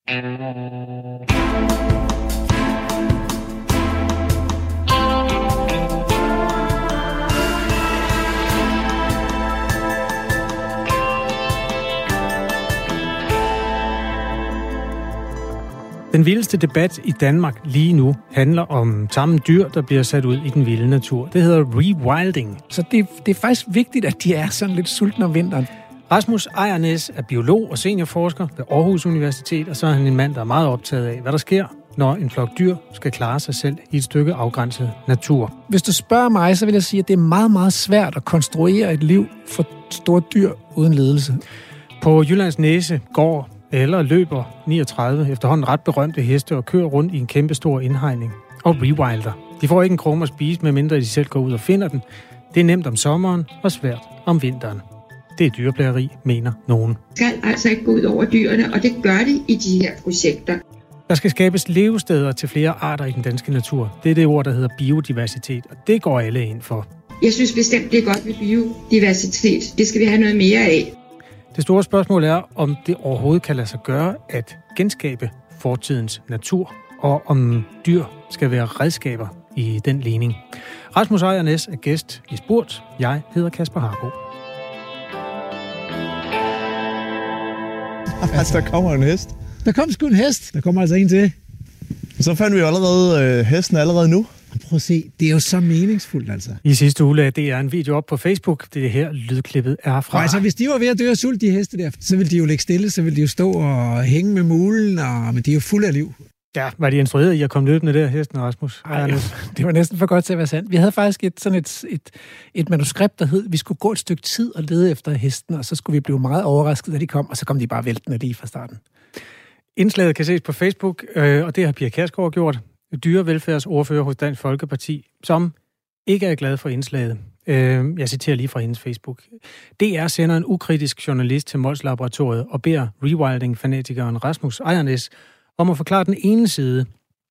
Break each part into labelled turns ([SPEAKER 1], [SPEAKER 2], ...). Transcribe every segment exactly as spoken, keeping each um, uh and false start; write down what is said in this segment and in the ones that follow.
[SPEAKER 1] Den vildeste debat i Danmark lige nu handler om tamme dyr, der bliver sat ud i den vilde natur. Det hedder rewilding.
[SPEAKER 2] Så det, det er faktisk vigtigt, at de er sådan lidt sultne om vinteren.
[SPEAKER 1] Rasmus Ejrnæs er biolog og seniorforsker ved Aarhus Universitet, og så er han en mand, der er meget optaget af, hvad der sker, når en flok dyr skal klare sig selv i et stykke afgrænset natur.
[SPEAKER 2] Hvis du spørger mig, så vil jeg sige, at det er meget, meget svært at konstruere et liv for store dyr uden ledelse.
[SPEAKER 1] På Jyllands Næse går eller løber niogtredive efterhånden ret berømte heste og kører rundt i en kæmpestor indhegning og rewilder. De får ikke en krumme at spise, medmindre de selv går ud og finder den. Det er nemt om sommeren og svært om vinteren. Det er dyreplageri, mener nogen.
[SPEAKER 3] Det skal altså ikke gå ud over dyrene, og det gør det i de her projekter.
[SPEAKER 1] Der skal skabes levesteder til flere arter i den danske natur. Det er det ord, der hedder biodiversitet, og det går alle ind for.
[SPEAKER 3] Jeg synes bestemt, det er godt med biodiversitet. Det skal vi have noget mere af.
[SPEAKER 1] Det store spørgsmål er, om det overhovedet kan lade sig gøre at genskabe fortidens natur, og om dyr skal være redskaber i den ligning. Rasmus Ejrnæs er gæst i Spurt. Jeg hedder Kasper Harbo.
[SPEAKER 4] Altså, der kommer en hest.
[SPEAKER 2] Der kom sgu en hest.
[SPEAKER 4] Der kommer altså en til. Så fandt vi jo allerede øh, hesten allerede nu.
[SPEAKER 2] Prøv at se, det er jo så meningsfuldt, altså.
[SPEAKER 1] I sidste uge lagde D R en video op på Facebook. Det er her, lydklippet er fra.
[SPEAKER 2] Og altså, hvis de var ved at dø af sult, de heste der, så ville de jo ligge stille, så ville de jo stå og hænge med mulen, og, men de er jo fulde af liv.
[SPEAKER 1] Ja, var de instrueret i at komme løbende der, hesten, Rasmus?
[SPEAKER 2] Ej, det var næsten for godt til at være sandt. Vi havde faktisk et, sådan et, et, et manuskript, der hed, vi skulle gå et stykke tid og lede efter hesten, og så skulle vi blive meget overrasket, da de kom, og så kom de bare væltende lige fra starten.
[SPEAKER 1] Indslaget kan ses på Facebook, øh, og det har Pia Kjærsgaard gjort, dyrevelfærdsordfører hos Dansk Folkeparti, som ikke er glad for indslaget. Øh, jeg citerer lige fra hendes Facebook. D R sender en ukritisk journalist til Mols Laboratoriet og beder rewilding-fanatikeren Rasmus Ejrnæs om at forklare den ene side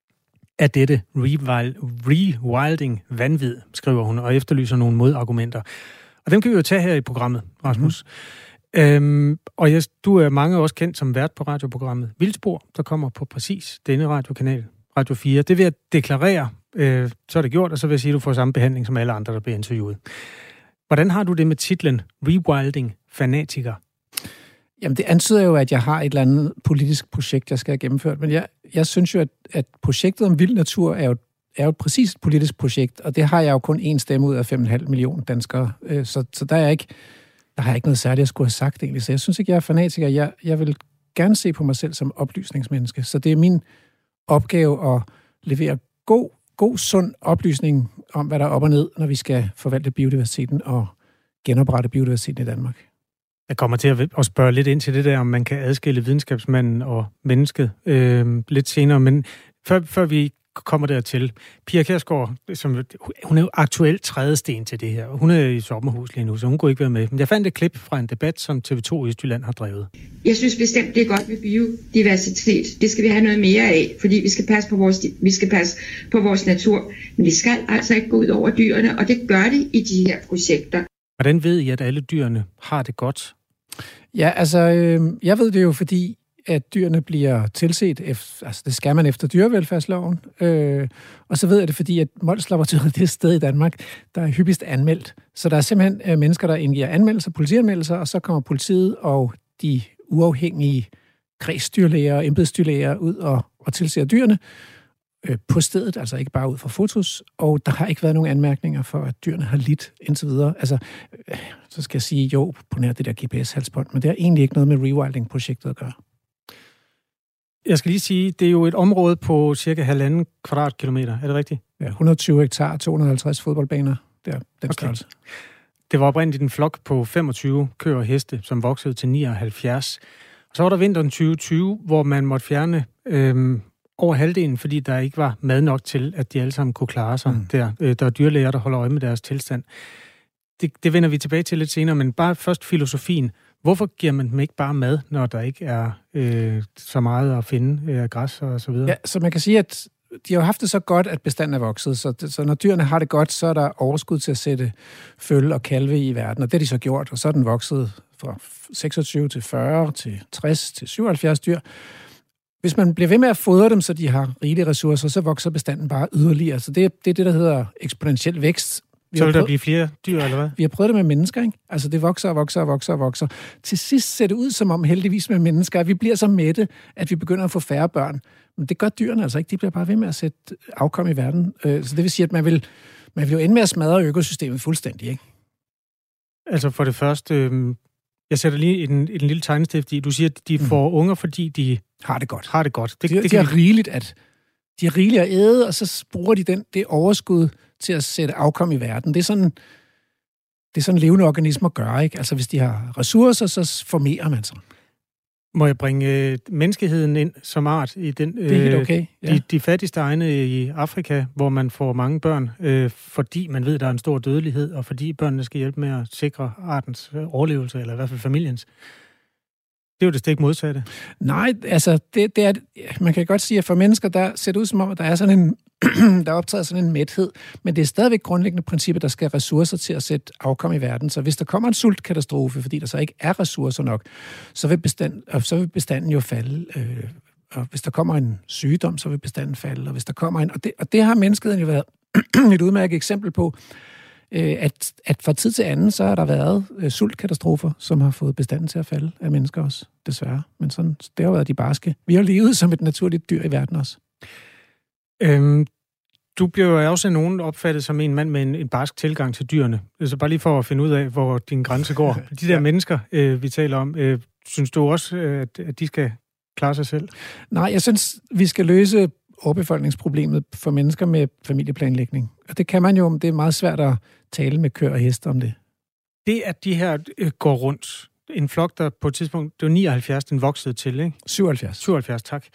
[SPEAKER 1] af dette rewild, rewilding vanvid, skriver hun, og efterlyser nogle modargumenter. Og dem kan vi jo tage her i programmet, Rasmus. Mm. Øhm, og jeg, du er mange også kendt som vært på radioprogrammet Vildspor, der kommer på præcis denne radiokanal, Radio fire. Det vil jeg deklarere, øh, så er det gjort, og så vil jeg sige, at du får samme behandling som alle andre, der bliver interviewet. Hvordan har du det med titlen Rewilding-fanatiker?
[SPEAKER 2] Jamen, det antyder jo, at jeg har et eller andet politisk projekt, jeg skal have gennemført. Men jeg, jeg synes jo, at, at projektet om vild natur er jo, er jo et præcist politisk projekt, og det har jeg jo kun én stemme ud af fem komma fem millioner danskere. Så, så der, er ikke, der har jeg ikke noget særligt, jeg skulle have sagt egentlig. Så jeg synes ikke, jeg er fanatiker. Jeg, jeg vil gerne se på mig selv som oplysningsmenneske. Så det er min opgave at levere god, god, sund oplysning om, hvad der er op og ned, når vi skal forvalte biodiversiteten og genoprette biodiversiteten i Danmark.
[SPEAKER 1] Jeg kommer til at spørge lidt ind til det der, om man kan adskille videnskabsmanden og mennesket øh, lidt senere, men før, før vi kommer dertil. Pia Kjærsgaard, som, hun er jo aktuelt trædesten til det her. Hun er i sommerhus lige nu, så hun kunne ikke være med. Men jeg fandt et klip fra en debat, som T V to Østjylland har drevet.
[SPEAKER 3] Jeg synes bestemt, det er godt med biodiversitet. Det skal vi have noget mere af, fordi vi skal passe på vores, vi skal passe på vores natur. Men det skal altså ikke gå ud over dyrene, og det gør det i de her projekter.
[SPEAKER 1] Hvordan ved I, at alle dyrene har det godt?
[SPEAKER 2] Ja, altså, øh, jeg ved det jo, fordi at dyrene bliver tilset, efter, altså det skal man efter dyrevelfærdsloven, øh, og så ved jeg det, fordi at Mols Laboratoriet er det sted i Danmark, der er hyppigst anmeldt. Så der er simpelthen øh, mennesker, der indgiver anmeldelser, politianmeldelser, og så kommer politiet og de uafhængige kredsdyrlæger og embedsdyrlæger ud og, og tilser dyrene øh, på stedet, altså ikke bare ud fra fotos, og der har ikke været nogen anmærkninger for, at dyrene har lidt indtil videre. Altså, øh, så skal jeg sige jo på nær det der G P S-halsbånd, men det har egentlig ikke noget med rewilding-projektet at gøre.
[SPEAKER 1] Jeg skal lige sige, det er jo et område på cirka halvanden kvadratkilometer. Er det rigtigt?
[SPEAKER 2] Ja, et hundrede og tyve hektar, to hundrede og halvtreds fodboldbaner. Det er den okay. Størrelse. Det
[SPEAKER 1] var oprindeligt en flok på femogtyve køer og heste, som voksede til nioghalvfjerds. Og så var der vinteren tyve tyve, hvor man måtte fjerne øhm, over halvdelen, fordi der ikke var mad nok til, at de alle sammen kunne klare sig. Mm. Der, øh, der er dyrlæger, der holder øje med deres tilstand. Det, det vender vi tilbage til lidt senere, men bare først filosofien. Hvorfor giver man dem ikke bare mad, når der ikke er øh, så meget at finde af øh, græs og så videre?
[SPEAKER 2] Ja, så man kan sige, at de har haft det så godt, at bestanden er vokset. Så, det, så når dyrene har det godt, så er der overskud til at sætte føl og kalve i verden. Og det har de så gjort, og så er den vokset fra seksogtyve til fyrre til tres til syvoghalvfjerds dyr. Hvis man bliver ved med at fodre dem, så de har rigelige ressourcer, så vokser bestanden bare yderligere. Så det, det er det, der hedder eksponentiel vækst. Vi
[SPEAKER 1] så vil der
[SPEAKER 2] prøvet,
[SPEAKER 1] blive flere dyr, eller hvad?
[SPEAKER 2] Vi har prøvet det med mennesker, ikke? Altså, det vokser og vokser og vokser og vokser. Til sidst ser det ud som om, heldigvis med mennesker, at vi bliver så mætte, at vi begynder at få færre børn. Men det gør dyrene altså ikke. De bliver bare ved med at sætte afkom i verden. Så det vil sige, at man vil, man vil jo ende med at smadre økosystemet fuldstændig, ikke?
[SPEAKER 1] Altså for det første, øh, jeg sætter lige en, en lille tegnestift i. Du siger, at de får mm. unger, fordi de
[SPEAKER 2] har det godt.
[SPEAKER 1] Har det godt. Det,
[SPEAKER 2] de,
[SPEAKER 1] det,
[SPEAKER 2] det de er rigeligt at de er rigeligt at æde, og så bruger de den, det overskud til at sætte afkom i verden. Det er sådan, det er sådan levende organismer gør, ikke? Altså hvis de har ressourcer, så formerer man sig.
[SPEAKER 1] Må jeg bringe øh, menneskeheden ind som art i den? Øh,
[SPEAKER 2] det er helt okay. Ja.
[SPEAKER 1] De, de fattigste egne i Afrika, hvor man får mange børn, øh, fordi man ved, der er en stor dødelighed, og fordi børnene skal hjælpe med at sikre artens overlevelse, eller i hvert fald familiens. Det er jo det stik modsatte.
[SPEAKER 2] Nej, altså, det, det er, man kan godt sige, at for mennesker, der ser det ud som om, at der er sådan en, der optræder sådan en mæthed, men det er stadigvæk grundlæggende principper, der skal ressourcer til at sætte afkom i verden. Så hvis der kommer en sultkatastrofe, fordi der så ikke er ressourcer nok, så vil, bestand, så vil bestanden jo falde. Øh, og hvis der kommer en sygdom, så vil bestanden falde. Og hvis der kommer en, og det, og det har menneskeheden jo været et udmærket eksempel på, At, at fra tid til anden, så har der været uh, sultkatastrofer, som har fået bestanden til at falde af mennesker også, desværre. Men sådan, det har været de barske. Vi har levet som et naturligt dyr i verden også.
[SPEAKER 1] Øhm, du bliver jo også af nogen opfattet som en mand med en, en barsk tilgang til dyrene. Så bare lige for at finde ud af, hvor din grænse går. De der ja. mennesker, øh, vi taler om, øh, synes du også, at, at de skal klare sig selv? Nej, jeg synes, vi skal løse overbefolkningsproblemet for mennesker med familieplanlægning. Og det kan man jo, det er meget svært at tale med køer og heste om det. Det, at de her øh, går rundt, en flok, der på et tidspunkt, det var nioghalvfjerds, den voksede til, ikke? syvoghalvfjerds. syvoghalvfjerds, tak.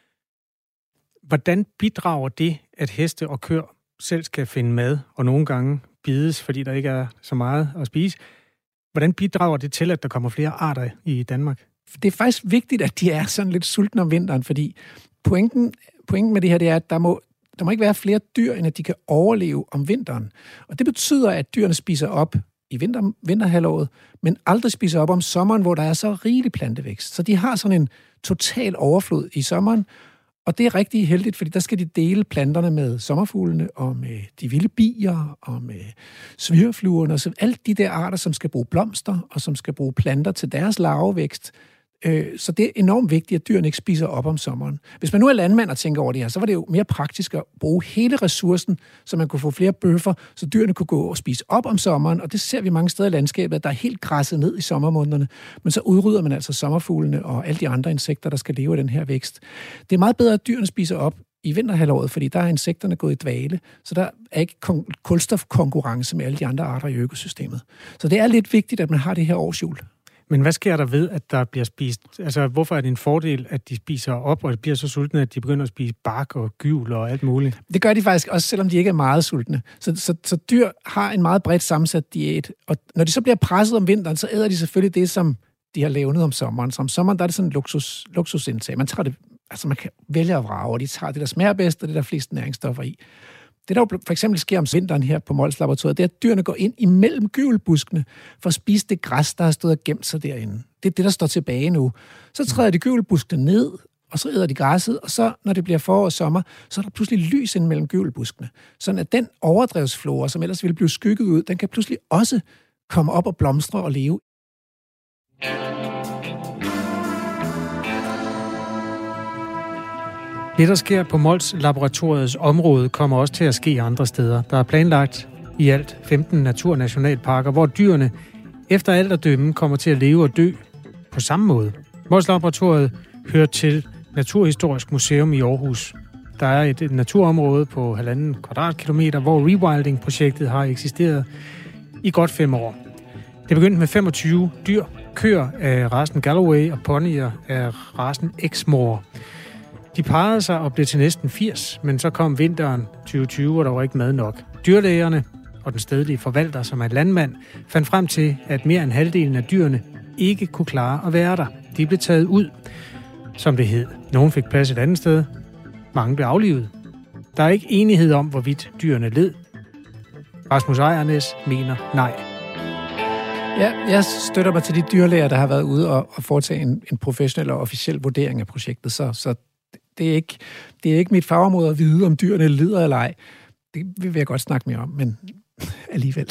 [SPEAKER 1] Hvordan bidrager det, at heste og køer selv skal finde mad, og nogle gange bides, fordi der ikke er så meget at spise? Hvordan bidrager det til, at der kommer flere arter i Danmark? Det er faktisk vigtigt, at de er sådan lidt sultne om vinteren, fordi pointen, pointen med det her, det er, at der må, der må ikke være flere dyr, end at de kan overleve om vinteren. Og det betyder, at dyrene spiser op i vinter, vinterhalvåret, men aldrig spiser op om sommeren, hvor der er så rigelig plantevækst. Så de har sådan en total overflod i sommeren, og det er rigtig heldigt, fordi der skal de dele planterne med sommerfuglene, og med de vilde bier, og med svirrefluerne, og så alle de der arter, som skal bruge blomster, og som skal bruge planter til deres larvevækst. Så det er enormt vigtigt, at dyrene ikke spiser op om sommeren. Hvis man nu er landmand og tænker over det her, så var det jo mere praktisk at bruge hele ressourcen, så man kunne få flere bøffer, så dyrene kunne gå og spise op om sommeren, og det ser vi mange steder i landskabet, der er helt græsset ned i sommermånederne, men så udrydder man altså sommerfuglene og alle de andre insekter, der skal leve af den her vækst. Det er meget bedre, at dyrene spiser op i vinterhalvåret, fordi der er insekterne gået i dvale, så der er ikke kulstofkonkurrence med alle de andre arter i økosystemet. Så det er lidt vigtigt, at man har det her årshjul. Men hvad sker der ved, at der bliver spist? Altså, hvorfor er det en fordel, at de spiser op, og det bliver så sultne, at de begynder at spise bark og gyvel og alt muligt? Det gør de faktisk også, selvom de ikke er meget sultne. Så, så, så dyr har en meget bredt sammensat diæt, og når de så bliver presset om vinteren, så æder de selvfølgelig det, som de har levnet om sommeren. Så om sommeren, der er det sådan en luksus, luksusindtag. Man tager det, altså man kan vælge at vrage, og de tager det, der smager bedst, og det, der er flest næringsstoffer i. Det, der for eksempel sker om vinteren her på Mols Laboratoriet, det er, at dyrene går ind imellem gyvelbuskene for at spise det græs, der har stået og gemt sig derinde. Det er det, der står tilbage nu. Så træder de gyvelbuskene ned, og så æder de græsset, og så, når det bliver forår og sommer, så er der pludselig lys ind mellem gyvelbuskene. Sådan at den overdrevsflora, som ellers ville blive skygget ud, den kan pludselig også komme op og blomstre og leve. Det, der sker på Mols Laboratoriets område, kommer også til at ske andre steder. Der er planlagt i alt femten naturnationalparker, hvor dyrene efter alt at dømme kommer til at leve og dø på samme måde. Mols Laboratoriet hører til Naturhistorisk Museum i Aarhus. Der er et naturområde på halvanden kvadratkilometer, hvor rewilding-projektet har eksisteret i godt fem år. Det begyndte med femogtyve dyr, køer af rasen Galloway og ponyer af rasen Exmoor. De parrede sig og blev til næsten firs, men så kom vinteren tyve tyve, og der var ikke mad nok. Dyrlægerne og den stedlige forvalter, som er landmand, fandt frem til, at mere end halvdelen af dyrene ikke kunne klare at være der. De blev taget ud, som det hed. Nogle fik plads et andet sted. Mange blev aflivet. Der er ikke enighed om, hvorvidt dyrene led. Rasmus Ejernes mener nej. Ja, jeg støtter mig til de dyrlæger, der har været ude og, og foretage en, en professionel og officiel vurdering af projektet, så, så
[SPEAKER 2] det, er ikke, det er ikke mit fagområde at vide, om dyrene lider eller ej. Det vil jeg godt snakke mere om, men alligevel.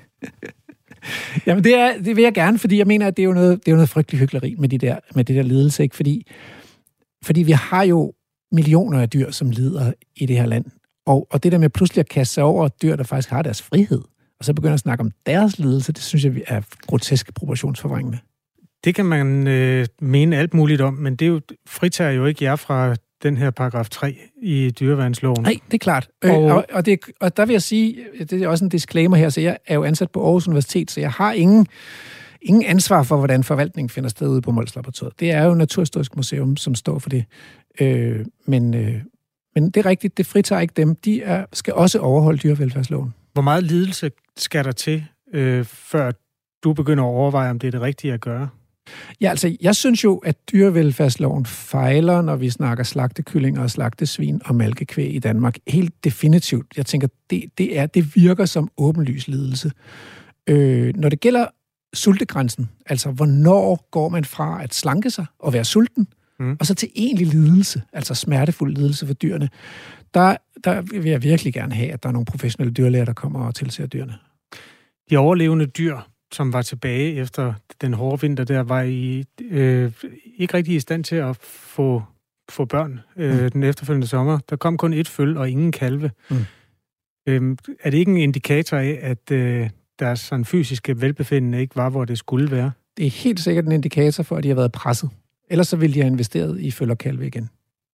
[SPEAKER 2] Jamen, det, er, det vil jeg gerne, fordi jeg mener, at det er jo noget, det er jo noget frygtelig hykleri med, de der, med det der lidelse, ikke? Fordi, fordi vi har jo millioner af dyr, som lider i det her land. Og, og det der med pludselig at kaste sig over dyr, der faktisk har deres frihed, og så begynder at snakke om deres lidelse, det synes jeg er grotesk proportionsforvrængende. Det
[SPEAKER 1] kan man øh, mene alt muligt om, men det jo, fritager jo ikke jer fra den her paragraf tre i dyreværnsloven.
[SPEAKER 2] Nej, det er klart. Og, øh, og, og, det, og der vil jeg sige, det er også en disclaimer her, så jeg er jo ansat på Aarhus Universitet, så jeg har ingen, ingen ansvar for, hvordan forvaltningen finder sted ude på Mols Laboratoriet. Det er jo Naturhistorisk Museum, som står for det. Øh, men, øh, men det er rigtigt, det fritager ikke dem. De er, skal også overholde dyrevelfærdsloven. Hvor meget lidelse skal der til, øh, før du begynder at overveje, om det er det rigtige at gøre? Ja, altså, jeg synes jo, at dyrevelfærdsloven fejler, når vi snakker slagtekyllinger og slagtesvin og malkekvæg i Danmark. Helt definitivt. Jeg tænker, det, det, er, det virker som åbenlys lidelse. Øh, når det gælder sultegrænsen, altså hvornår går man fra at slanke sig og være sulten, mm. og så til egentlig lidelse, altså smertefuld lidelse for dyrene, der, der vil jeg virkelig gerne have, at der er nogle professionelle dyrlæger, der kommer og tilser dyrene. De overlevende dyr, som var tilbage efter den hårde vinter der, var I øh, ikke rigtig i stand til at få, få børn øh, mm. den efterfølgende sommer. Der kom kun et føl og ingen kalve. Mm. Øh, er det ikke en indikator af, at øh, deres sådan, fysiske velbefindende ikke var, hvor det skulle være? Det er helt sikkert en indikator for, at de har været presset. Ellers så ville de have investeret i føl og kalve igen.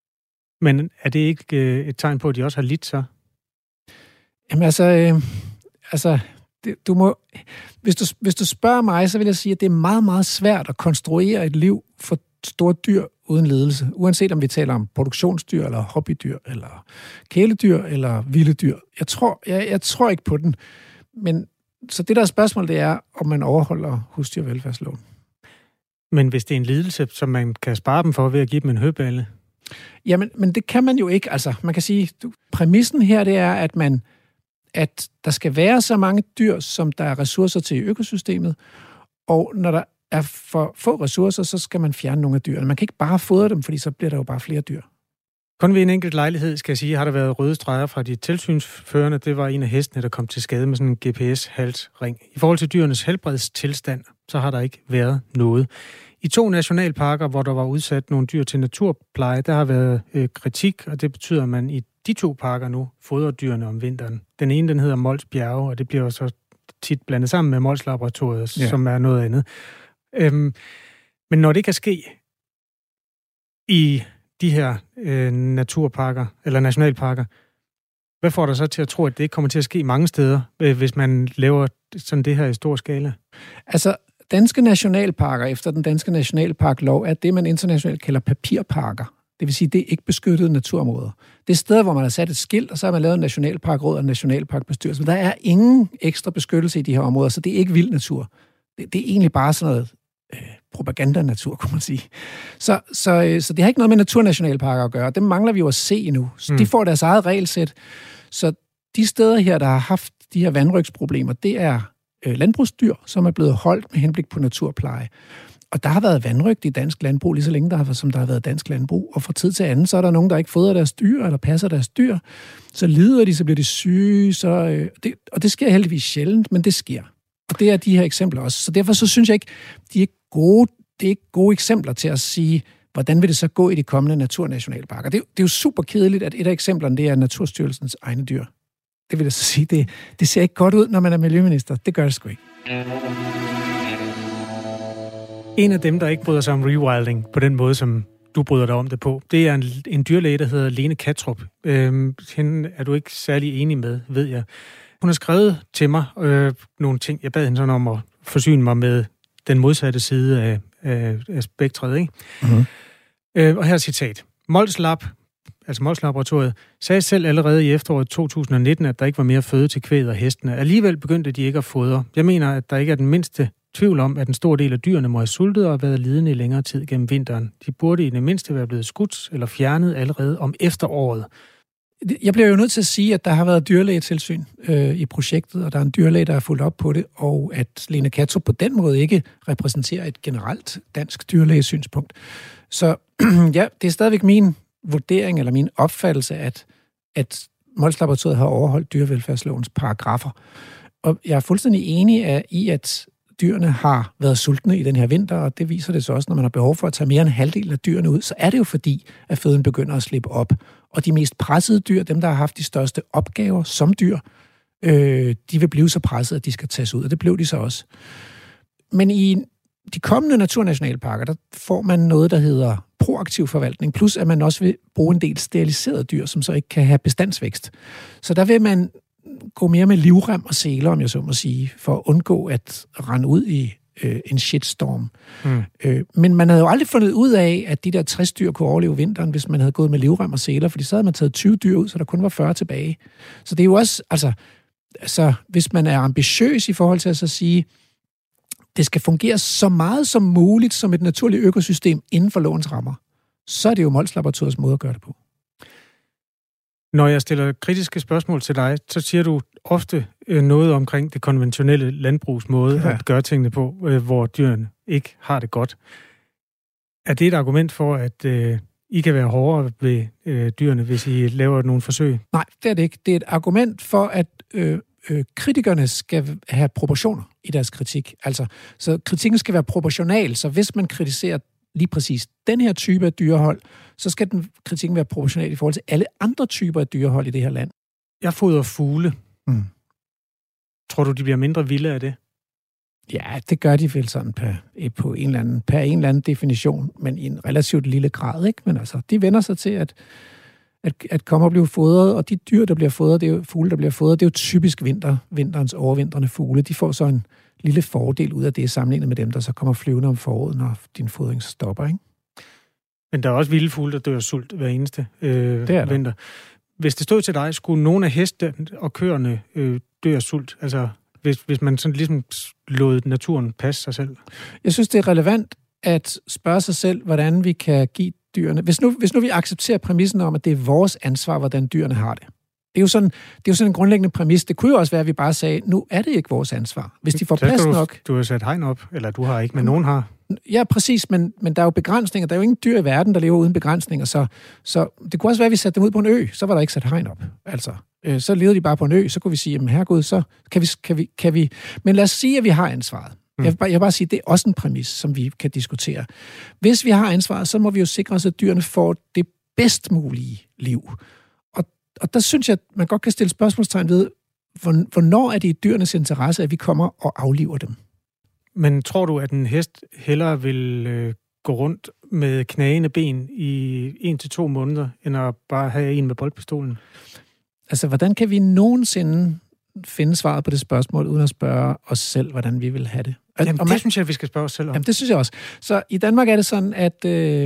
[SPEAKER 2] Men er det ikke øh, et tegn på, at de også har lidt så? Jamen altså... Øh, altså Det, du må, hvis, du, hvis du spørger mig, så vil jeg sige, at det er meget, meget svært at konstruere et liv for store dyr uden lidelse. Uanset om vi taler om produktionsdyr, eller hobbydyr, eller kæledyr, eller vilde dyr. Jeg tror, jeg, jeg tror ikke på den. Men, så det der spørgsmål, det er, om man overholder husdyrvelfærdsloven. Men hvis det er en lidelse, som man kan spare dem for ved at give dem en høballe? Jamen, men det kan man jo ikke. Altså, man kan sige, du, præmissen her, det er, at man at der skal være så mange dyr, som der er ressourcer til i økosystemet, og når der er for få ressourcer, så skal man fjerne nogle af dyrene. Man kan ikke bare fodre dem, fordi så bliver der jo bare flere dyr. Kun ved en enkelt lejlighed, skal jeg sige, har der været røde streger fra de tilsynsførende. Det var en af hestene, der kom til skade med sådan en G P S-halsring. I forhold til dyrenes helbredstilstand, så har der ikke været noget. I to nationalparker, hvor der var udsat nogle dyr til naturpleje, der har været øh, kritik, og det betyder, at man i de to parker nu fodrer dyrene om vinteren. Den ene, den hedder Mols Bjerge, og det bliver så tit blandet sammen med Mols Laboratoriet, ja. Som er noget andet. Øhm, men når det kan ske i de her øh, naturparker, eller nationalparker, hvad får der så til at tro, at det ikke kommer til at ske mange steder, øh, hvis man laver sådan det her i stor skala? Altså, danske nationalparker, efter den danske nationalparklov, er det, man internationalt kalder papirparker. Det vil sige, det er ikke beskyttede naturområder. Det er steder, hvor man har sat et skilt, og så har man lavet en nationalparkråd og en nationalparkbestyrelse. Men der er ingen ekstra beskyttelse i de her områder, så det er ikke vild natur. Det, det er egentlig bare sådan noget øh, propagandanatur, kunne man sige. Så, så, øh, så det har ikke noget med naturnationalparker at gøre. Dem mangler vi jo at se nu. Så mm. de får deres eget regelsæt. Så de steder her, der har haft de her vandrygsproblemer, det er øh, landbrugsdyr, som er blevet holdt med henblik på naturpleje. Og der har været vandrygt i dansk landbrug, lige så længe der har, som der har været dansk landbrug. Og fra tid til anden, så er der nogen, der ikke fodrer deres dyr, eller passer deres dyr. Så lider de, så bliver de syge. Så, øh, det, og det sker heldigvis sjældent, men det sker. Og det er de her eksempler også. Så derfor så synes jeg ikke, de er gode, det er ikke gode eksempler til at sige, hvordan vil det så gå i de kommende naturnationalparker. Det, det er jo super kedeligt, at et af eksemplerne, det er Naturstyrelsens egne dyr. Det vil jeg så sige, det, det ser ikke godt ud, når man er miljøminister. Det gør det sgu ikke. En af dem, der ikke bryder sig om rewilding på den måde, som du bryder dig om det på, det er en, en dyrlæge, der hedder Lene Kattrup. Øhm, hende er du ikke særlig enig med, ved jeg. Hun har skrevet til mig øh, nogle ting. Jeg bad hende sådan om at forsyne mig med den modsatte side af, af, af spektret, ikke? Mm-hmm. Øh, og her er citat. Mols Lab, altså Mols Laboratoriet, sagde selv allerede i efteråret to tusind nitten, at der ikke var mere føde til kvæget og hestene. Alligevel begyndte de ikke at fodre. Jeg mener, at der ikke er den mindste tvivl om, at en stor del af dyrene må have sultet og været lidende i længere tid gennem vinteren. De burde i det mindste være blevet skudt eller fjernet allerede om efteråret. Jeg bliver jo nødt til at sige, at der har været dyrlægetilsyn øh, i projektet, og der er en dyrlæge, der har fulgt op på det, og at Lene Kattrup på den måde ikke repræsenterer et generelt dansk dyrlægesynspunkt. Så ja, det er stadigvæk min vurdering eller min opfattelse, at, at Mols-laboratoriet har overholdt dyrevelfærdslovens paragrafer. Og jeg er fuldstændig enig i, at dyrene har været sultne i den her vinter, og det viser det så også, når man har behov for at tage mere end halvdelen af dyrene ud, så er det jo fordi, at føden begynder at slippe op. Og de mest pressede dyr, dem der har haft de største opgaver som dyr, øh, de vil blive så presset, at de skal tages ud, og det blev de så også. Men i de kommende naturnationalparker, der får man noget, der hedder proaktiv forvaltning, plus at man også vil bruge en del steriliserede dyr, som så ikke kan have bestandsvækst. Så der vil man gå mere med livrem og seler, om jeg så må sige, for at undgå at rende ud i øh, en shitstorm. Mm. Øh, men man havde jo aldrig fundet ud af, at de der tres dyr kunne overleve vinteren, hvis man havde gået med livrem og seler, fordi så havde man taget tyve dyr ud, så der kun var fyrre tilbage. Så det er jo også, altså, altså hvis man er ambitiøs i forhold til at så sige, det skal fungere så meget som muligt som et naturligt økosystem inden for lovens rammer, så er det jo Mols-laboratoriets måde at gøre det på.
[SPEAKER 1] Når jeg stiller kritiske spørgsmål til dig, så siger du ofte noget omkring det konventionelle landbrugsmåde ja. at gøre tingene på, hvor dyrene ikke har det godt. Er det et argument for, at øh, I kan være hårdere ved øh, dyrene, hvis I laver nogle forsøg?
[SPEAKER 2] Nej, det er det ikke. Det er et argument for, at øh, øh, kritikerne skal have proportioner i deres kritik. Altså, så kritikken skal være proportional, så hvis man kritiserer lige præcis den her type af dyrehold, så skal den kritikken være proportional i forhold til alle andre typer af dyrehold i det her land.
[SPEAKER 1] Jeg fodrer fugle.
[SPEAKER 2] Mm.
[SPEAKER 1] Tror du, de bliver mindre vilde af det?
[SPEAKER 2] Ja, det gør de vel sådan per, på en eller anden, per en eller anden definition, men i en relativt lille grad, ikke? Men altså, de vender sig til at, at, at komme og blive fodret, og de dyr, der bliver fodret, det er jo fugle, der bliver fodret, det er jo typisk vinter, vinterens overvintrende fugle. De får så en lille fordel ud af det, sammenlignet med dem, der så kommer flyvende om foråret, når din fodring stopper, ikke?
[SPEAKER 1] Men der er også vilde fugle, der dør sult hver eneste øh,
[SPEAKER 2] det er
[SPEAKER 1] vinter. Hvis det stod til dig, skulle nogle af heste og køerne øh, dø af sult? Altså, hvis, hvis man sådan ligesom lod naturen passe sig selv?
[SPEAKER 2] Jeg synes, det er relevant at spørge sig selv, hvordan vi kan give dyrene... Hvis nu, hvis nu vi accepterer præmissen om, at det er vores ansvar, hvordan dyrene har det. Det er jo sådan, det er jo sådan en grundlæggende præmis. Det kunne jo også være, at vi bare sagde, nu er det ikke vores ansvar. Hvis de får plads
[SPEAKER 1] du,
[SPEAKER 2] nok...
[SPEAKER 1] Du har sat hegn op, eller du har ikke, men nogen har...
[SPEAKER 2] Ja, præcis, men, men der er jo begrænsninger. Der er jo ingen dyr i verden, der lever uden begrænsninger, så, så det kunne også være, at vi satte dem ud på en ø, så var der ikke sat hegn op. Altså, øh, så levede de bare på en ø, så kunne vi sige, jamen herregud, så kan vi, kan vi, kan vi... Men lad os sige, at vi har ansvaret. Mm. Jeg, vil bare, jeg vil bare sige, at det er også en præmis, som vi kan diskutere. Hvis vi har ansvaret, så må vi jo sikre os, at dyrene får det bedst mulige liv. Og, og der synes jeg, at man godt kan stille spørgsmålstegn ved, hvornår er det i dyrenes interesse, at vi kommer og afliver dem?
[SPEAKER 1] Men tror du, at en hest hellere vil øh, gå rundt med knagende ben i en til to måneder, end at bare have en med boldpistolen?
[SPEAKER 2] Altså, hvordan kan vi nogensinde finde svaret på det spørgsmål, uden at spørge os selv, hvordan vi vil have det?
[SPEAKER 1] Jamen,
[SPEAKER 2] man,
[SPEAKER 1] det synes jeg, vi skal spørge os selv om.
[SPEAKER 2] Jamen, det synes jeg også. Så i Danmark er det sådan, at, øh,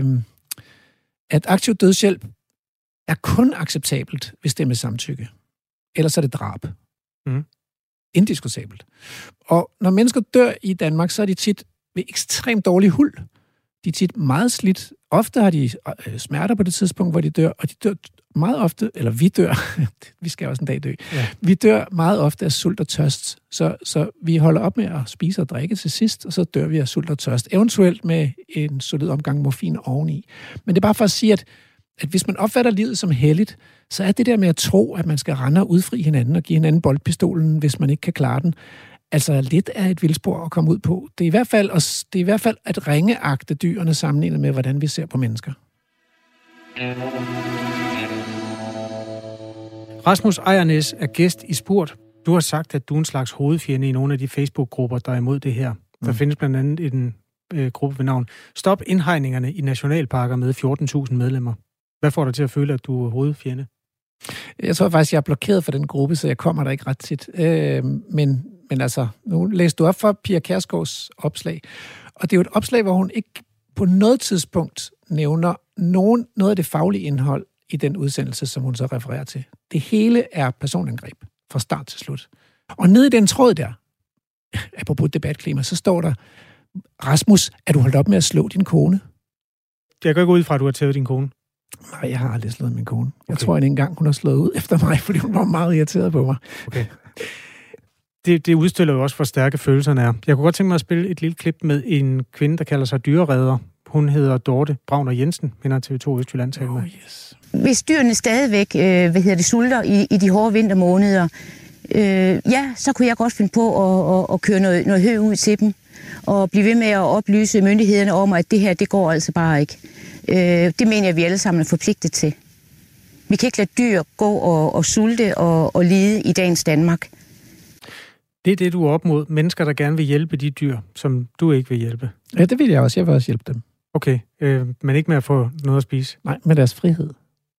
[SPEAKER 2] at aktiv dødshjælp er kun acceptabelt, hvis det er med samtykke. Ellers er det drab.
[SPEAKER 1] Mm.
[SPEAKER 2] Indiskutabelt. Og når mennesker dør i Danmark, så er de tit ved ekstremt dårlig huld. De er tit meget slidt. Ofte har de smerter på det tidspunkt, hvor de dør, og de dør meget ofte, eller vi dør, vi skal også en dag dø, ja. Vi dør meget ofte af sult og tørst. Så, så vi holder op med at spise og drikke til sidst, og så dør vi af sult og tørst. Eventuelt med en solid omgang morfin oveni. Men det er bare for at sige, at at hvis man opfatter livet som helligt, så er det der med at tro, at man skal rende og udfri hinanden og give hinanden boldpistolen, hvis man ikke kan klare den, altså lidt af et vildspor at komme ud på. Det er i hvert fald at, det er i hvert fald at ringeagte dyrene sammenlignet med, hvordan vi ser på mennesker.
[SPEAKER 1] Rasmus Ejernes er gæst i Spurt. Du har sagt, at du er en slags hovedfjende i nogle af de Facebook-grupper, der er imod det her. Der mm. findes blandt andet en øh, gruppe ved navn Stop indhegningerne i nationalparker med fjorten tusind medlemmer. Hvad får dig til at føle, at du er hovedfjende?
[SPEAKER 2] Jeg tror faktisk, jeg er blokeret for den gruppe, så jeg kommer der ikke ret tit. Øh, men, men altså, nu læste du op for Pia Kjærsgaards opslag. Og det er jo et opslag, hvor hun ikke på noget tidspunkt nævner nogen, noget af det faglige indhold i den udsendelse, som hun så refererer til. Det hele er personangreb fra start til slut. Og nede i den tråd der, apropos debatklima, så står der, Rasmus, er du holdt op med at slå din kone?
[SPEAKER 1] Jeg går ikke ud fra, at du har tævet din kone.
[SPEAKER 2] Nej, jeg har aldrig slået min kone. Jeg okay. tror, at en gang hun har slået ud efter mig, fordi hun var meget irriteret på mig.
[SPEAKER 1] Okay. Det, det udstiller jo også, hvor stærke følelserne er. Jeg kunne godt tænke mig at spille et lille klip med en kvinde, der kalder sig dyreredder. Hun hedder Dorte Bravner Jensen, hende T V to Østjylland taler med.
[SPEAKER 2] Oh, yes.
[SPEAKER 5] Hvis dyrene stadigvæk øh, hvad hedder det, sulter i, i de hårde vintermåneder, øh, ja, så kunne jeg godt finde på at, at, at køre noget, noget hø ud til dem, og blive ved med at oplyse myndighederne om, at det her, det går altså bare ikke. Øh, det mener jeg, vi alle sammen er forpligtet til. Vi kan ikke lade dyr gå og, og sulte og, og lide i dagens Danmark.
[SPEAKER 1] Det er det, du er op mod. Mennesker, der gerne vil hjælpe de dyr, som du ikke vil hjælpe.
[SPEAKER 2] Ja, det vil jeg også. Jeg vil også hjælpe dem.
[SPEAKER 1] Okay, øh, men ikke med at få noget at spise?
[SPEAKER 2] Nej, med deres frihed.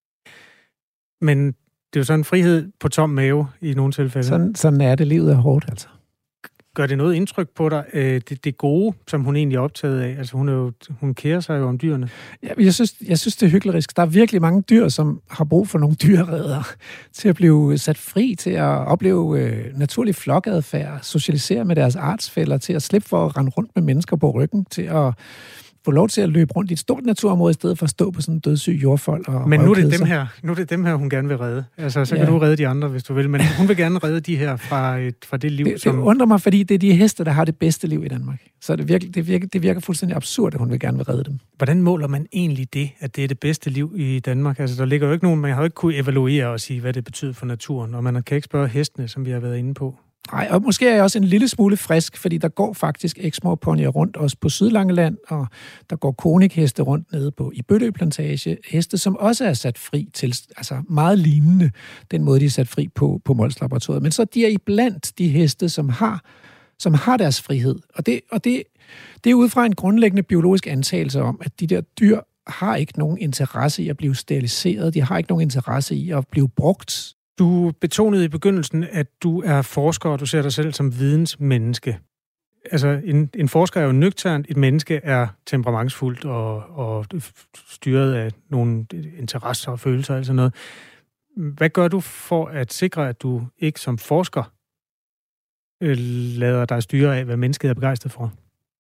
[SPEAKER 1] Men det er jo sådan en frihed på tom mave i nogle tilfælde.
[SPEAKER 2] Sådan, sådan er det. Livet er hårdt, altså.
[SPEAKER 1] Gør det noget indtryk på dig, øh, det, det gode, som hun egentlig er optaget af? Altså, hun, er jo, hun kærer sig jo om dyrene.
[SPEAKER 2] Ja, jeg, synes, jeg synes, det er hyklerisk. Der er virkelig mange dyr, som har brug for nogle dyrredder til at blive sat fri, til at opleve øh, naturlig flokadfærd, socialisere med deres artsfæller, til at slippe for at rende rundt med mennesker på ryggen, til at få lov til at løbe rundt i et stort naturområde, i stedet for at stå på sådan en dødssyg jordfold. Og
[SPEAKER 1] men nu er, det dem her, nu er det dem her, hun gerne vil redde. Altså, så ja. Kan du redde de andre, hvis du vil. Men hun vil gerne redde de her fra, et, fra det liv,
[SPEAKER 2] det,
[SPEAKER 1] som...
[SPEAKER 2] Det undrer mig, fordi det er de heste, der har det bedste liv i Danmark. Så det virker, det virker, det virker fuldstændig absurd, at hun vil gerne vil redde dem.
[SPEAKER 1] Hvordan måler man egentlig det, at det er det bedste liv i Danmark? Altså, der ligger jo ikke nogen... Man har jo ikke kunnet evaluere og sige, hvad det betyder for naturen. Og man kan ikke spørge hestene, som vi har været inde på.
[SPEAKER 2] Nej, og måske er jeg også en lille smule frisk, fordi der går faktisk Exmoor-ponyer rundt også på Sydlangeland, og der går konikheste rundt nede på i Bøtø Plantage, heste, som også er sat fri til, altså meget lignende den måde, de er sat fri på på Mols Laboratoriet. Men så de er iblandt de heste, som har, som har deres frihed. Og, det, og det, det er ud fra en grundlæggende biologisk antagelse om, at de der dyr har ikke nogen interesse i at blive steriliseret, de har ikke nogen interesse i at blive brugt.
[SPEAKER 1] Du betonede i begyndelsen, at du er forsker, og du ser dig selv som vidensmenneske. Altså, en, en forsker er jo nøgternt, et menneske er temperamentsfuldt og, og styret af nogle interesser og følelser og sådan noget. Hvad gør du for at sikre, at du ikke som forsker øh, lader dig styre af, hvad mennesket er begejstret for?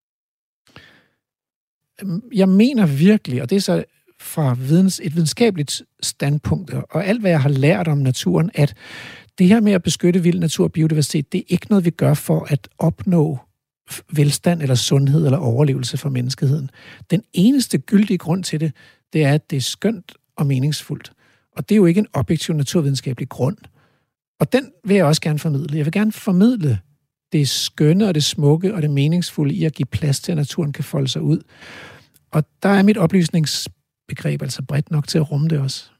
[SPEAKER 2] Jeg mener virkelig, og det er så fra videns, et videnskabeligt standpunkt, og alt, hvad jeg har lært om naturen, at det her med at beskytte vild natur og biodiversitet, det er ikke noget, vi gør for at opnå velstand eller sundhed eller overlevelse for menneskeheden. Den eneste gyldige grund til det, det er, at det er skønt og meningsfuldt. Og det er jo ikke en objektiv naturvidenskabelig grund. Og den vil jeg også gerne formidle. Jeg vil gerne formidle det skønne og det smukke og det meningsfulde i at give plads til, at naturen kan folde sig ud. Og der er mit oplysningsbegreb altså bredt nok til at rumme det også.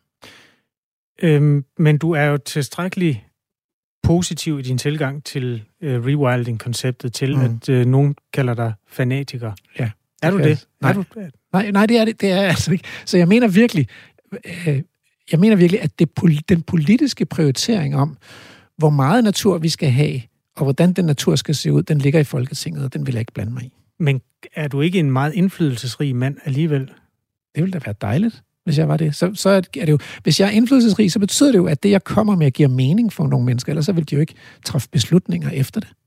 [SPEAKER 1] Øhm, men du er jo tilstrækkeligt positiv i din tilgang til øh, rewilding-konceptet, til mm. at øh, nogen kalder dig fanatiker.
[SPEAKER 2] Ja.
[SPEAKER 1] Er du det?
[SPEAKER 2] Nej.
[SPEAKER 1] Er du...
[SPEAKER 2] nej, nej, det er det. Det er altså ikke. Så jeg mener virkelig, øh, jeg mener virkelig, at det, den politiske prioritering om, hvor meget natur vi skal have, og hvordan den natur skal se ud, den ligger i Folketinget, og den vil jeg ikke blande mig i.
[SPEAKER 1] Men er du ikke en meget indflydelsesrig mand alligevel?
[SPEAKER 2] Det ville da være dejligt, hvis jeg var det. Så, så er det jo, hvis jeg er indflydelsesrig, så betyder det jo, at det, jeg kommer med, giver mening for nogle mennesker, ellers så vil de jo ikke træffe beslutninger efter det.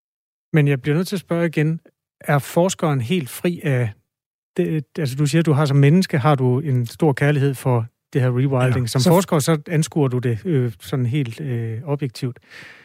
[SPEAKER 1] Men jeg bliver nødt til at spørge igen, er forskeren helt fri af det? Altså du siger, at du har som menneske, har du en stor kærlighed for det her rewilding. Ja, som så... forsker, så anskuer du det øh, sådan helt øh, objektivt.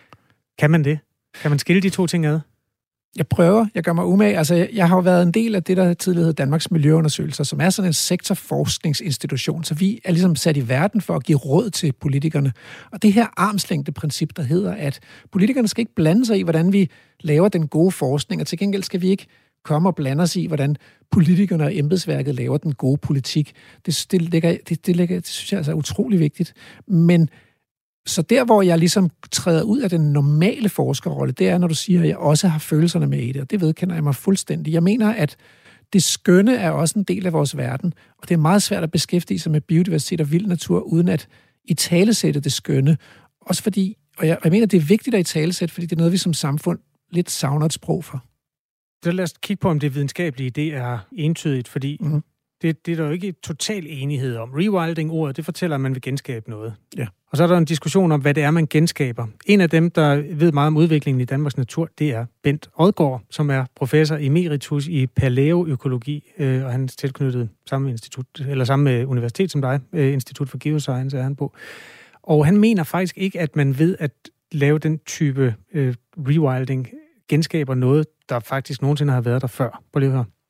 [SPEAKER 1] Kan man det? Kan man skille de to ting ad?
[SPEAKER 2] Jeg prøver, jeg gør mig umage. Altså, jeg, jeg har jo været en del af det, der tidligere hed Danmarks Miljøundersøgelser, som er sådan en sektorforskningsinstitution, så vi er ligesom sat i verden for at give råd til politikerne. Og det her armslængdeprincip, der hedder, at politikerne skal ikke blande sig i, hvordan vi laver den gode forskning, og til gengæld skal vi ikke komme og blande os i, hvordan politikerne og embedsværket laver den gode politik. Det, det, ligger, det, det, ligger, det synes jeg altså er utrolig vigtigt. Men så der, hvor jeg ligesom træder ud af den normale forskerrolle, det er, når du siger, at jeg også har følelserne med i det, og det vedkender jeg mig fuldstændig. Jeg mener, at det skønne er også en del af vores verden, og det er meget svært at beskæftige sig med biodiversitet og vild natur, uden at italesætte det skønne. Også fordi, og jeg, og jeg mener, det er vigtigt at italesætte, fordi det er noget, vi som samfund lidt savner et sprog for. Så
[SPEAKER 1] lad os kigge på, om det videnskabelige, det er entydigt, fordi mm-hmm. det, det er der jo ikke total enighed om. Rewilding-ordet, det fortæller, at man vil genskabe noget. Ja. Og så er der en diskussion om, hvad det er, man genskaber. En af dem, der ved meget om udviklingen i Danmarks natur, det er Bent Odgaard, som er professor emeritus i palæoøkologi, øh, og han er tilknyttet samme institut, eller samme universitet som dig, øh, Institut for Geoscience er han på. Og han mener faktisk ikke, at man ved at lave den type øh, rewilding genskaber noget, der faktisk nogensinde har været der før. På det her.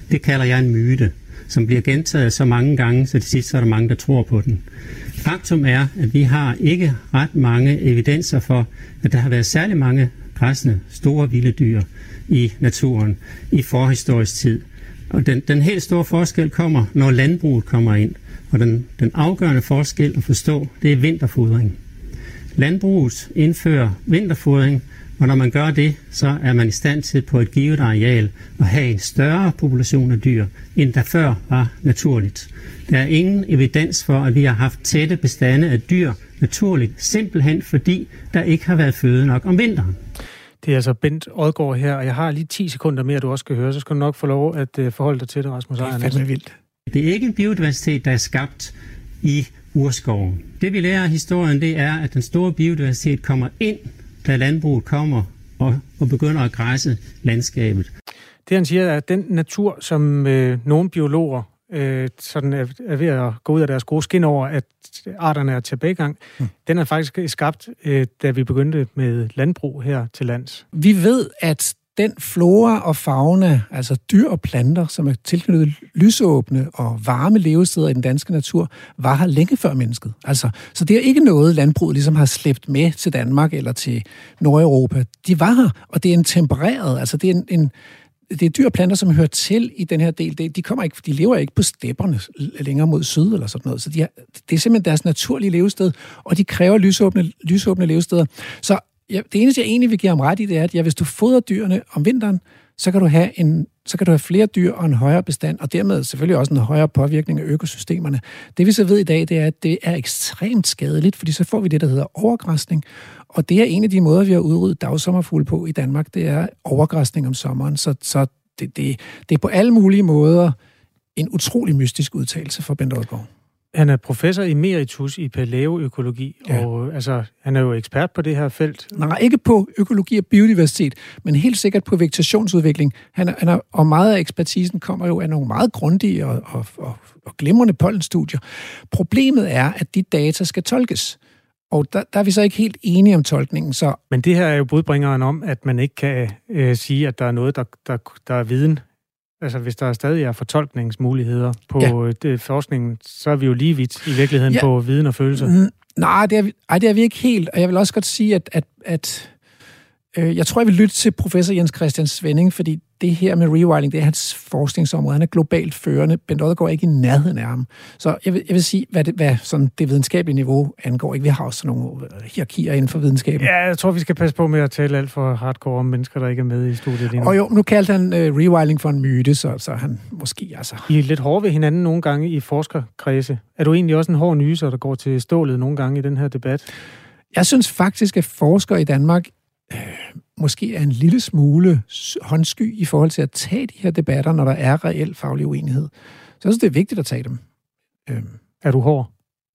[SPEAKER 6] Det kalder jeg en myte, som bliver gentaget så mange gange, så til sidst så er der mange, der tror på den. Faktum er, at vi har ikke ret mange evidenser for, at der har været særlig mange græssende, store vilde dyr i naturen i forhistorisk tid. Og den, den helt store forskel kommer, når landbruget kommer ind. Og den, den afgørende forskel at forstå, det er vinterfodring. Landbruget indfører vinterfodring, og når man gør det, så er man i stand til på et givet areal at have en større population af dyr, end der før var naturligt. Der er ingen evidens for, at vi har haft tætte bestande af dyr naturligt, simpelthen fordi der ikke har været føde nok om vinteren.
[SPEAKER 1] Det er altså Bent Odgaard her, og jeg har lige ti sekunder mere, du også skal høre, så skal du nok få lov at uh, forholde dig til det, Rasmus Ejrnæs.
[SPEAKER 2] Det er fandme vildt.
[SPEAKER 6] Det er ikke en biodiversitet, der er skabt i urskoven. Det vi lærer af historien, det er, at den store biodiversitet kommer ind, da landbruget kommer og, og begynder at græsse landskabet.
[SPEAKER 1] Det han siger er, at den natur, som øh, nogle biologer øh, sådan er, er ved at gå ud af deres gode skin over, at arterne er tilbagegang, mm. den er faktisk skabt, øh, da vi begyndte med landbrug her til lands.
[SPEAKER 2] Vi ved, at den flora og fauna, altså dyr og planter, som er tilknyttet lysåbne og varme levesteder i den danske natur, var her længe før mennesket. Altså, så det er ikke noget, landbruget ligesom har slæbt med til Danmark eller til Nordeuropa. De var her, og det er en tempereret, altså det er en, en det er dyr og planter, som hører til i den her del. De, kommer ikke, de lever ikke på stepperne længere mod syd eller sådan noget. Så de har, det er simpelthen deres naturlige levested, og de kræver lysåbne, lysåbne levesteder. Så ja, det eneste, jeg egentlig vil give ham ret i, det er, at ja, hvis du fodrer dyrene om vinteren, så kan du have en, så kan du have flere dyr og en højere bestand, og dermed selvfølgelig også en højere påvirkning af økosystemerne. Det vi så ved i dag, det er, at det er ekstremt skadeligt, fordi så får vi det, der hedder overgræsning. Og det er en af de måder, vi har udryddet dagsommerfugle på i Danmark, det er overgræsning om sommeren. Så, så det, det, det er på alle mulige måder en utrolig mystisk udtalelse for Bent Odgaard.
[SPEAKER 1] Han er professor emeritus i palæoøkologi, ja. Og altså, han er jo ekspert på det her felt.
[SPEAKER 2] Nej, ikke på økologi og biodiversitet, men helt sikkert på vegetationsudvikling. Han er, han er, og meget af ekspertisen kommer jo af nogle meget grundige og, og, og, og glimrende pollenstudier. Problemet er, at de data skal tolkes. Og der, der er vi så ikke helt enige om tolkningen. Så...
[SPEAKER 1] Men det her er jo budbringeren om, at man ikke kan øh, sige, at der er noget, der, der, der er viden. Altså, hvis der stadig er fortolkningsmuligheder på ja. det, forskningen, så er vi jo lige vidt i virkeligheden ja. på viden og følelser. Mm,
[SPEAKER 2] nej, det er, vi, ej, det er vi ikke helt. Og jeg vil også godt sige, at, at, at øh, jeg tror, jeg vil lytte til professor Jens Christian Svenning, fordi det her med rewilding, det er hans forskningsområde. Han er globalt førende. Bent Odgaard er ikke i nærheden af ham. Så jeg vil, jeg vil sige, hvad, det, hvad sådan det videnskabelige niveau angår. Ikke? Vi har også nogle hierarkier inden for videnskaben.
[SPEAKER 1] Ja, jeg tror, vi skal passe på med at tale alt for hardcore om mennesker, der ikke er med i studiet lige nu.
[SPEAKER 2] Og jo, nu kaldte han uh, rewilding for en myte, så, så han måske altså...
[SPEAKER 1] I er lidt hårde ved hinanden nogle gange i forskerkredse. Er du egentlig også en hård nyser, der går til stålet nogle gange i den her debat?
[SPEAKER 2] Jeg synes faktisk, at forskere i Danmark øh, måske er en lille smule håndsky i forhold til at tage de her debatter, når der er reel faglig uenighed. Så jeg synes, det er vigtigt at tage dem. Øh.
[SPEAKER 1] Er du hård?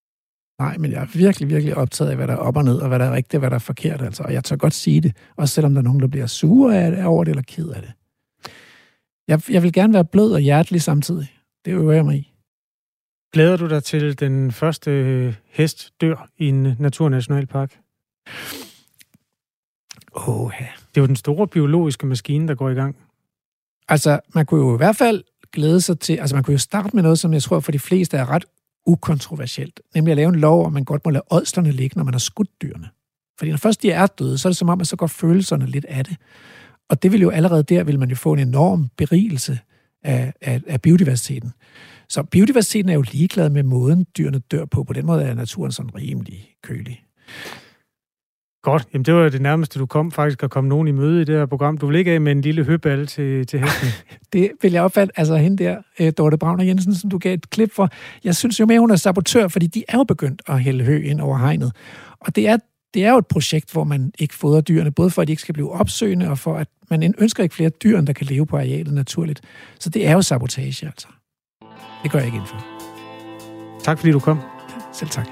[SPEAKER 2] Nej, men jeg er virkelig, virkelig optaget af, hvad der er op og ned, og hvad der er rigtigt, og hvad der er forkert. Altså. Og jeg tør godt sige det, også selvom der er nogen, der bliver sure af det, over det, eller ked af det. Jeg, jeg vil gerne være blød og hjertelig samtidig. Det øver jeg mig i.
[SPEAKER 1] Glæder du dig til den første hest dør i en naturnationalpark?
[SPEAKER 2] Åh, ja.
[SPEAKER 1] Det er jo den store biologiske maskine, der går i gang.
[SPEAKER 2] Altså, man kunne jo i hvert fald glæde sig til... Altså, man kunne jo starte med noget, som jeg tror for de fleste er ret ukontroversielt. Nemlig at lave en lov, om man godt må lade ådslerne ligge, når man har skudt dyrene. Fordi når først de er døde, så er det som om, at så går følelserne lidt af det. Og det vil jo allerede der, vil man jo få en enorm berigelse af, af, af biodiversiteten. Så biodiversiteten er jo ligeglad med måden, dyrene dør på. På den måde er naturen sådan rimelig kølig.
[SPEAKER 1] Godt. Jamen, det var det nærmeste, du kom faktisk at komme nogen i møde i det her program. Du vil ikke af med en lille høballe til, til hesten. Det
[SPEAKER 2] vil jeg opfatte. Altså hende der, uh, Dorte Brauner Jensen, som du gav et klip for. Jeg synes jo mere, hun er sabotør, fordi de er jo begyndt at hælde hø ind over hegnet. Og det er, det er jo et projekt, hvor man ikke fodrer dyrene, både for at de ikke skal blive opsøgende, og for at man ønsker ikke flere dyr, der kan leve på arealet naturligt. Så det er jo sabotage, altså. Det gør jeg ikke indfor.
[SPEAKER 1] Tak fordi du kom.
[SPEAKER 2] Selv tak.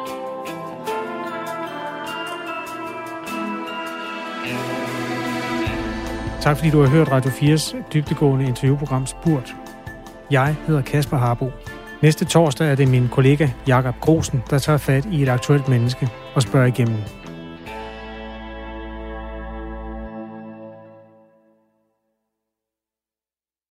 [SPEAKER 1] Tak fordi du har hørt Radio fires dybdegående interviewprogram Spurgt. Jeg hedder Kasper Harbo. Næste torsdag er det min kollega Jakob Grosen, der tager fat i et aktuelt menneske og spørger igennem.